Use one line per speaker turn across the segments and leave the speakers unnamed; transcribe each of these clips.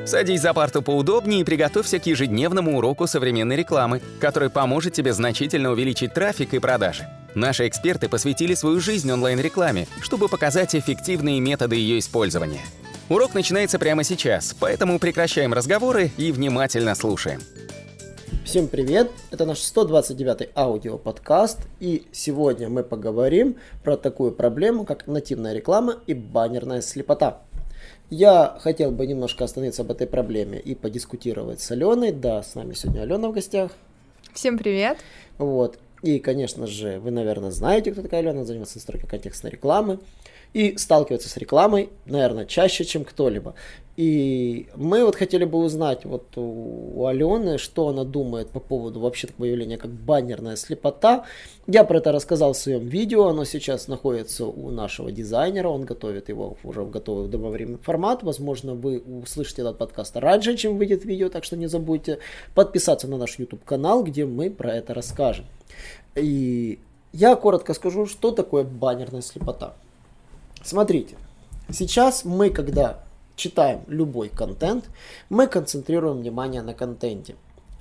Садись за парту поудобнее и приготовься к ежедневному уроку современной рекламы, который поможет тебе значительно увеличить трафик и продажи. Наши эксперты посвятили свою жизнь онлайн-рекламе, чтобы показать эффективные методы ее использования. Урок начинается прямо сейчас, поэтому прекращаем разговоры и внимательно слушаем.
Всем привет! Это наш 129-й аудиоподкаст, и сегодня мы поговорим про такую проблему, как нативная реклама и баннерная слепота. Я хотел бы немножко остановиться об этой проблеме и подискутировать с Аленой. Да, с нами сегодня Алена в гостях.
Всем привет!
Вот. И, конечно же, вы, наверное, знаете, кто такая Алена, занимается настройкой контекстной рекламы и сталкивается с рекламой, наверное, чаще, чем кто-либо. И мы вот хотели бы узнать вот у Алены, что она думает по поводу вообще такого явления, как баннерная слепота. Я про это рассказал в своем видео, оно сейчас находится у нашего дизайнера, он готовит его уже в готовый добавляемый формат. Возможно, вы услышите этот подкаст раньше, чем выйдет видео, так что не забудьте подписаться на наш YouTube-канал, где мы про это расскажем. И я коротко скажу, что такое баннерная слепота. Смотрите, сейчас мы, когда читаем любой контент, мы концентрируем внимание на контенте.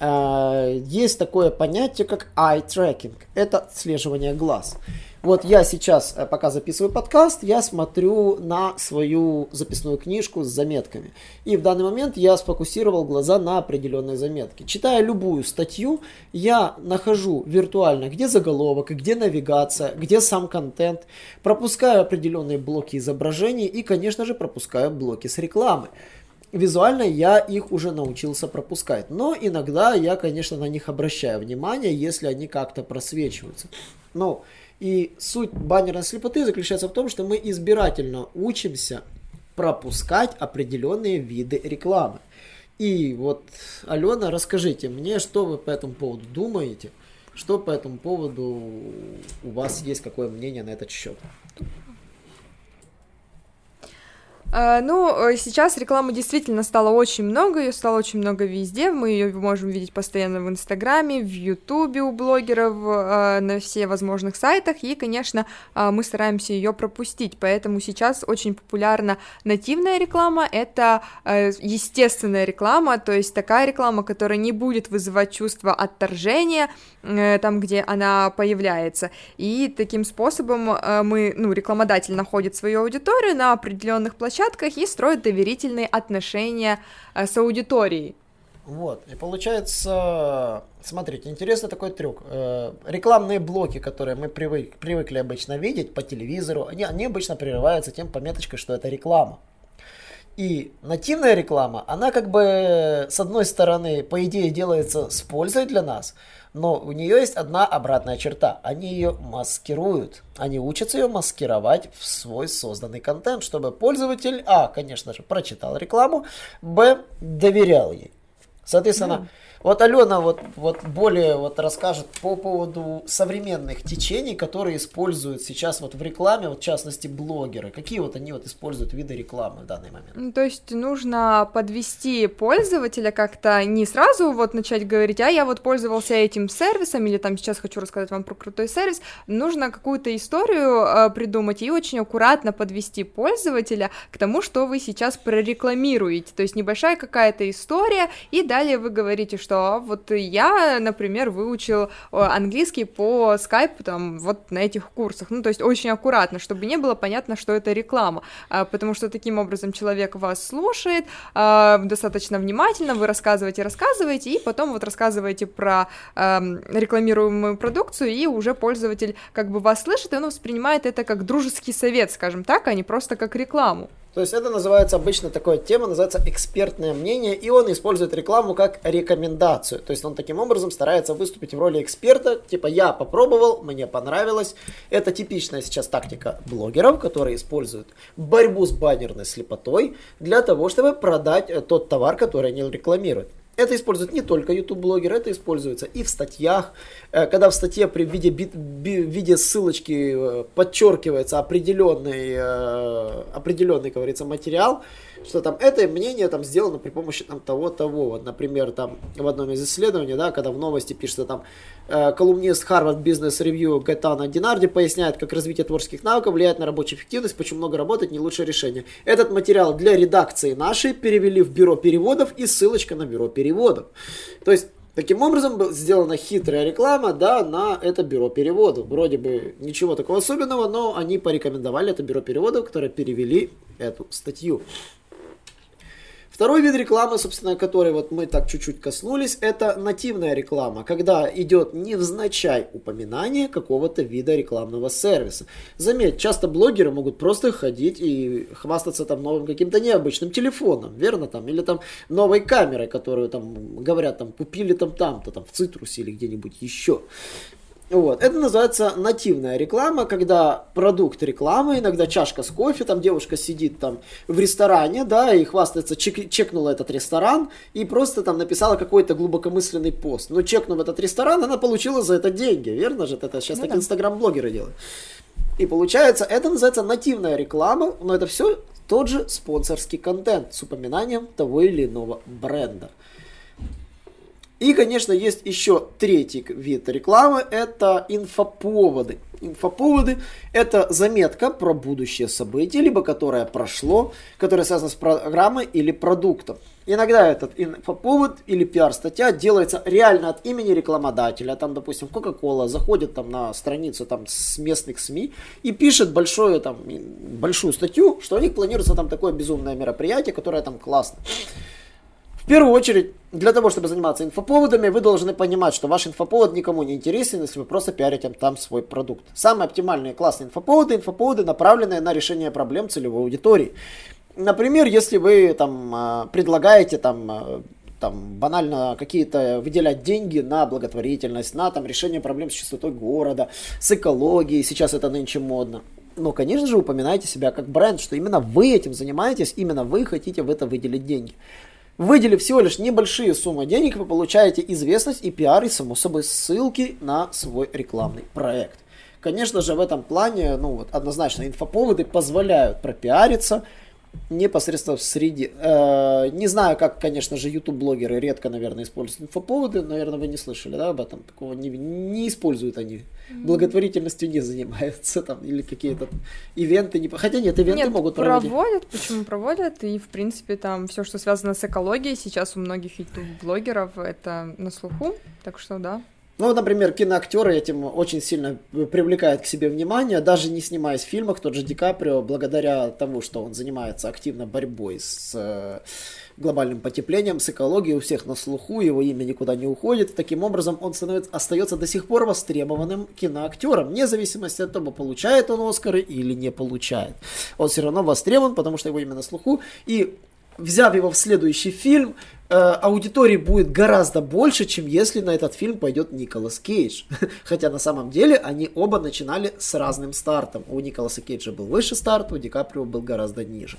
Есть такое понятие, как eye tracking. Это отслеживание глаз. Вот я сейчас, пока записываю подкаст, я смотрю на свою записную книжку с заметками. И в данный момент я сфокусировал глаза на определенной заметке. Читая любую статью, я нахожу виртуально, где заголовок, где навигация, где сам контент. Пропускаю определенные блоки изображений и, конечно же, пропускаю блоки с рекламы. Визуально я их уже научился пропускать, но иногда я, конечно, на них обращаю внимание, если они как-то просвечиваются. Ну, и суть баннерной слепоты заключается в том, что мы избирательно учимся пропускать определенные виды рекламы. И вот, Алена, расскажите мне, что вы по этому поводу думаете, что по этому поводу у вас есть, какое мнение на этот счет?
Сейчас рекламы действительно стало очень много, ее стало очень много везде, мы ее можем видеть постоянно в Инстаграме, в Ютубе у блогеров, на всех возможных сайтах, и, конечно, мы стараемся ее пропустить, поэтому сейчас очень популярна нативная реклама, это естественная реклама, то есть такая реклама, которая не будет вызывать чувство отторжения там, где она появляется, и таким способом рекламодатель находит свою аудиторию на определенных площадках, и строят доверительные отношения с аудиторией.
Вот, и получается, смотрите, интересный такой трюк. Рекламные блоки, которые мы привыкли обычно видеть по телевизору, они обычно прерываются тем пометочкой, что это реклама. И нативная реклама, она как бы с одной стороны, по идее, делается с пользой для нас, но у нее есть одна обратная черта. Они ее маскируют. Они учатся ее маскировать в свой созданный контент, чтобы пользователь, конечно же, прочитал рекламу, доверял ей. Соответственно, вот Алена более расскажет по поводу современных течений, которые используют сейчас в рекламе, в частности блогеры. Какие они используют виды рекламы в данный момент?
То есть нужно подвести пользователя как-то, не сразу начать говорить, я пользовался этим сервисом, или сейчас хочу рассказать вам про крутой сервис. Нужно какую-то историю придумать и очень аккуратно подвести пользователя к тому, что вы сейчас прорекламируете. То есть небольшая какая-то история, и далее вы говорите, что я, например, выучил английский по скайпу на этих курсах, то есть очень аккуратно, чтобы не было понятно, что это реклама, потому что таким образом человек вас слушает достаточно внимательно, вы рассказываете, и потом рассказываете про рекламируемую продукцию, и уже пользователь вас слышит, и он воспринимает это как дружеский совет, скажем так, а не просто как рекламу.
То есть это называется, обычно такая тема называется экспертное мнение, и он использует рекламу как рекомендацию. То есть он таким образом старается выступить в роли эксперта, я попробовал, мне понравилось. Это типичная сейчас тактика блогеров, которые используют борьбу с баннерной слепотой для того, чтобы продать тот товар, который они рекламируют. Это используют не только YouTube-блогеры, это используется и в статьях, когда в статье в виде ссылочки подчеркивается определенный, как говорится, материал, что там это мнение там сделано при помощи там того. Вот, например, там в одном из исследований, да, когда в новости пишется там колумнист Harvard Business Review Гайтано Динарди поясняет, как развитие творческих навыков влияет на рабочую эффективность, почему много работать не лучшее решение. Этот материал для редакции нашей перевели в бюро переводов и ссылочка на бюро переводов. То есть таким образом была сделана хитрая реклама, да, на это бюро переводов. Вроде бы ничего такого особенного, но они порекомендовали это бюро переводов, которые перевели эту статью. Второй вид рекламы, собственно, который вот мы так чуть-чуть коснулись, это нативная реклама, когда идет невзначай упоминание какого-то вида рекламного сервиса. Заметь, часто блогеры могут просто ходить и хвастаться там новым каким-то необычным телефоном, верно, там, или там новой камерой, которую там, говорят, там, купили там-то, там, в Цитрусе или где-нибудь еще. Вот. Это называется нативная реклама, когда продукт рекламы, иногда чашка с кофе, там девушка сидит там в ресторане, да, и хвастается, чекнула этот ресторан и просто там написала какой-то глубокомысленный пост. Но чекнув этот ресторан, она получила за это деньги, верно же? Это сейчас так инстаграм-блогеры делают. И получается, это называется нативная реклама, но это все тот же спонсорский контент с упоминанием того или иного бренда. И, конечно, есть еще третий вид рекламы, это инфоповоды. Инфоповоды – это заметка про будущее событие, либо которое прошло, которое связано с программой или продуктом. Иногда этот инфоповод или пиар-статья делается реально от имени рекламодателя. Там, допустим, Coca-Cola заходит там на страницу там, с местных СМИ и пишет большую статью, что у них планируется там такое безумное мероприятие, которое там классно. В первую очередь, для того, чтобы заниматься инфоповодами, вы должны понимать, что ваш инфоповод никому не интересен, если вы просто пиарите там свой продукт. Самые оптимальные классные инфоповоды, направленные на решение проблем целевой аудитории. Например, если вы там предлагаете там банально какие-то выделять деньги на благотворительность, на там решение проблем с чистотой города, с экологией, сейчас это нынче модно. Но, конечно же, упоминайте себя как бренд, что именно вы этим занимаетесь, именно вы хотите в это выделить деньги. Выделив всего лишь небольшие суммы денег, вы получаете известность и пиар, и, само собой, ссылки на свой рекламный проект. Конечно же, в этом плане, однозначно, инфоповоды позволяют пропиариться непосредственно в среде. Не знаю, как, конечно же, YouTube-блогеры редко, наверное, используют инфоповоды. Наверное, вы не слышали, да, об этом. Такого не используют они. Благотворительностью не занимаются там, или какие-то ивенты. Хотя нет, ивенты могут проводить.
Почему проводят? И, в принципе, там все, что связано с экологией, сейчас у многих YouTube-блогеров это на слуху. Так что, да.
Ну, например, киноактеры этим очень сильно привлекают к себе внимание, даже не снимаясь в фильмах. Тот же Ди Каприо, благодаря тому, что он занимается активно борьбой с глобальным потеплением, с экологией, у всех на слуху, его имя никуда не уходит. Таким образом, он остается до сих пор востребованным киноактером, вне зависимости от того, получает он Оскары или не получает. Он все равно востребован, потому что его имя на слуху. И взяв его в следующий фильм, аудитории будет гораздо больше, чем если на этот фильм пойдет Николас Кейдж. Хотя на самом деле они оба начинали с разным стартом. У Николаса Кейджа был выше старт, у Ди Каприо был гораздо ниже.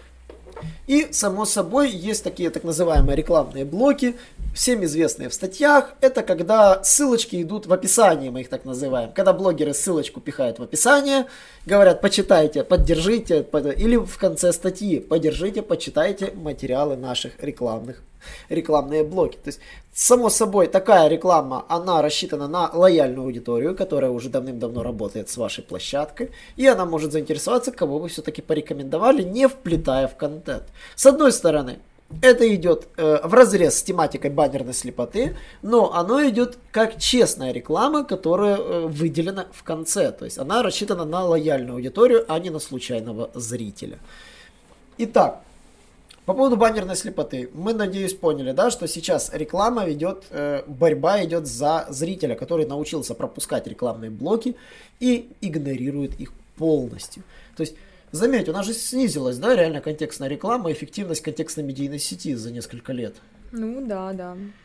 И, само собой, есть такие так называемые рекламные блоки, всем известные в статьях. Это когда ссылочки идут в описании, мы их так называем. Когда блогеры ссылочку пихают в описание, говорят, почитайте, поддержите, или в конце статьи, поддержите, почитайте материалы наших рекламные блоки. То есть, само собой, такая реклама, она рассчитана на лояльную аудиторию, которая уже давным-давно работает с вашей площадкой, и она может заинтересоваться, кого вы все-таки порекомендовали, не вплетая в контент. С одной стороны, это идет вразрез с тематикой баннерной слепоты, но оно идет как честная реклама, которая выделена в конце. То есть она рассчитана на лояльную аудиторию, а не на случайного зрителя. Итак, по поводу баннерной слепоты. Мы, надеюсь, поняли, да, что сейчас реклама ведет, борьба идет за зрителя, который научился пропускать рекламные блоки и игнорирует их полностью. То есть, заметь, у нас же снизилась, да, реально контекстная реклама, эффективность контекстной медийной сети за несколько лет.
Ну, да.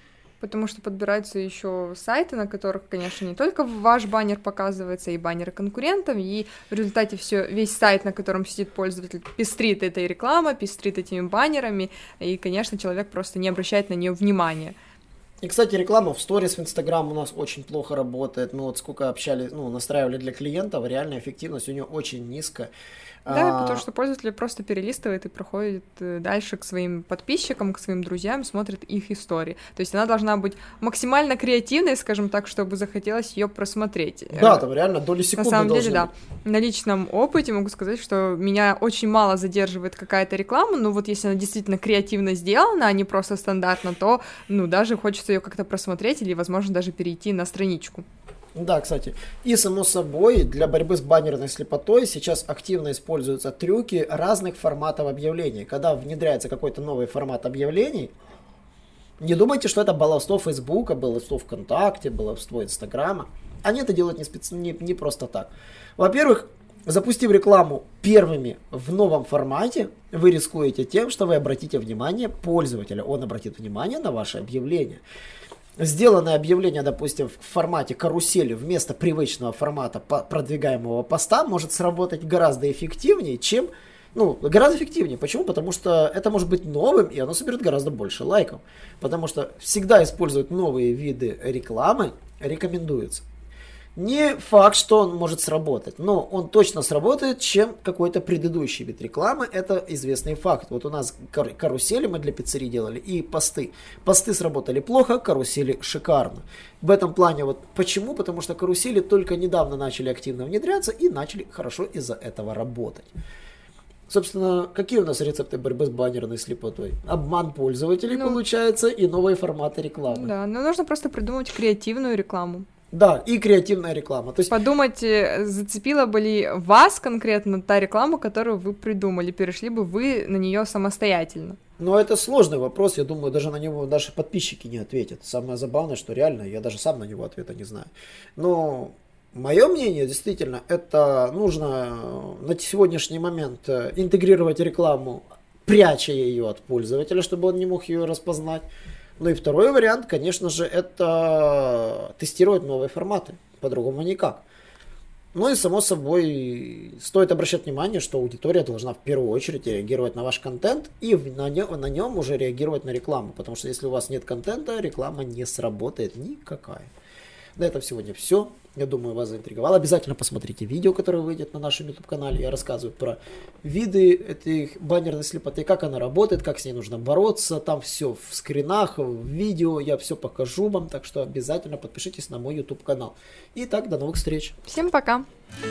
потому что подбираются еще сайты, на которых, конечно, не только ваш баннер показывается, и баннеры конкурентов, и в результате весь сайт, на котором сидит пользователь, пестрит этой рекламой, пестрит этими баннерами, и, конечно, человек просто не обращает на нее внимания.
И, кстати, реклама в сторис в Инстаграм у нас очень плохо работает. Мы вот сколько общались, настраивали для клиентов, реальная эффективность у нее очень низкая.
Да, потому что пользователь просто перелистывает и проходит дальше к своим подписчикам, к своим друзьям, смотрит их истории. То есть она должна быть максимально креативной, скажем так, чтобы захотелось ее просмотреть.
Да, там реально доли секунды.
На самом деле, да. На личном опыте могу сказать, что меня очень мало задерживает какая-то реклама, но вот если она действительно креативно сделана, а не просто стандартно, то, даже хочется ее как-то просмотреть или, возможно, даже перейти на страничку.
Да, кстати. И, само собой, для борьбы с баннерной слепотой сейчас активно используются трюки разных форматов объявлений. Когда внедряется какой-то новый формат объявлений, не думайте, что это баловство Фейсбука, баловство ВКонтакте, баловство Инстаграма. Они это делают не просто так. Во-первых, запустив рекламу первыми в новом формате, вы рискуете тем, что вы обратите внимание пользователя. Он обратит внимание на ваше объявление. Сделанное объявление, допустим, в формате карусели вместо привычного формата продвигаемого поста может сработать гораздо эффективнее, чем... гораздо эффективнее. Почему? Потому что это может быть новым, и оно соберет гораздо больше лайков. Потому что всегда использовать новые виды рекламы рекомендуется. Не факт, что он может сработать, но он точно сработает, чем какой-то предыдущий вид рекламы. Это известный факт. Вот у нас карусели мы для пиццерий делали и посты. Посты сработали плохо, карусели шикарно. В этом плане почему? Потому что карусели только недавно начали активно внедряться и начали хорошо из-за этого работать. Собственно, какие у нас рецепты борьбы с баннерной слепотой? Обман пользователей получается и новые форматы рекламы.
Да, но нужно просто придумать креативную рекламу.
Да, и креативная реклама. То есть...
Подумать, зацепила бы ли вас конкретно та реклама, которую вы придумали, перешли бы вы на нее самостоятельно?
Но это сложный вопрос, я думаю, даже на него наши подписчики не ответят. Самое забавное, что реально я даже сам на него ответа не знаю. Но мое мнение, действительно, это нужно на сегодняшний момент интегрировать рекламу, пряча ее от пользователя, чтобы он не мог ее распознать. Ну и второй вариант, конечно же, это тестировать новые форматы. По-другому никак. Ну и, само собой, стоит обращать внимание, что аудитория должна в первую очередь реагировать на ваш контент и на нем уже реагировать на рекламу. Потому что если у вас нет контента, реклама не сработает никакая. На этом сегодня все. Я думаю, вас заинтриговало. Обязательно посмотрите видео, которое выйдет на нашем YouTube-канале. Я рассказываю про виды этой баннерной слепоты, как она работает, как с ней нужно бороться. Там все в скринах, в видео. Я все покажу вам. Так что обязательно подпишитесь на мой YouTube-канал. Итак, до новых встреч.
Всем пока.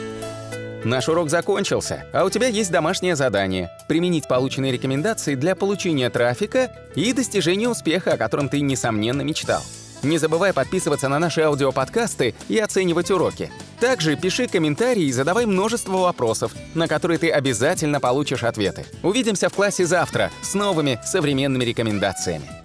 Наш урок закончился, а у тебя есть домашнее задание – применить полученные рекомендации для получения трафика и достижения успеха, о котором ты, несомненно, мечтал. Не забывай подписываться на наши аудиоподкасты и оценивать уроки. Также пиши комментарии и задавай множество вопросов, на которые ты обязательно получишь ответы. Увидимся в классе завтра с новыми современными рекомендациями.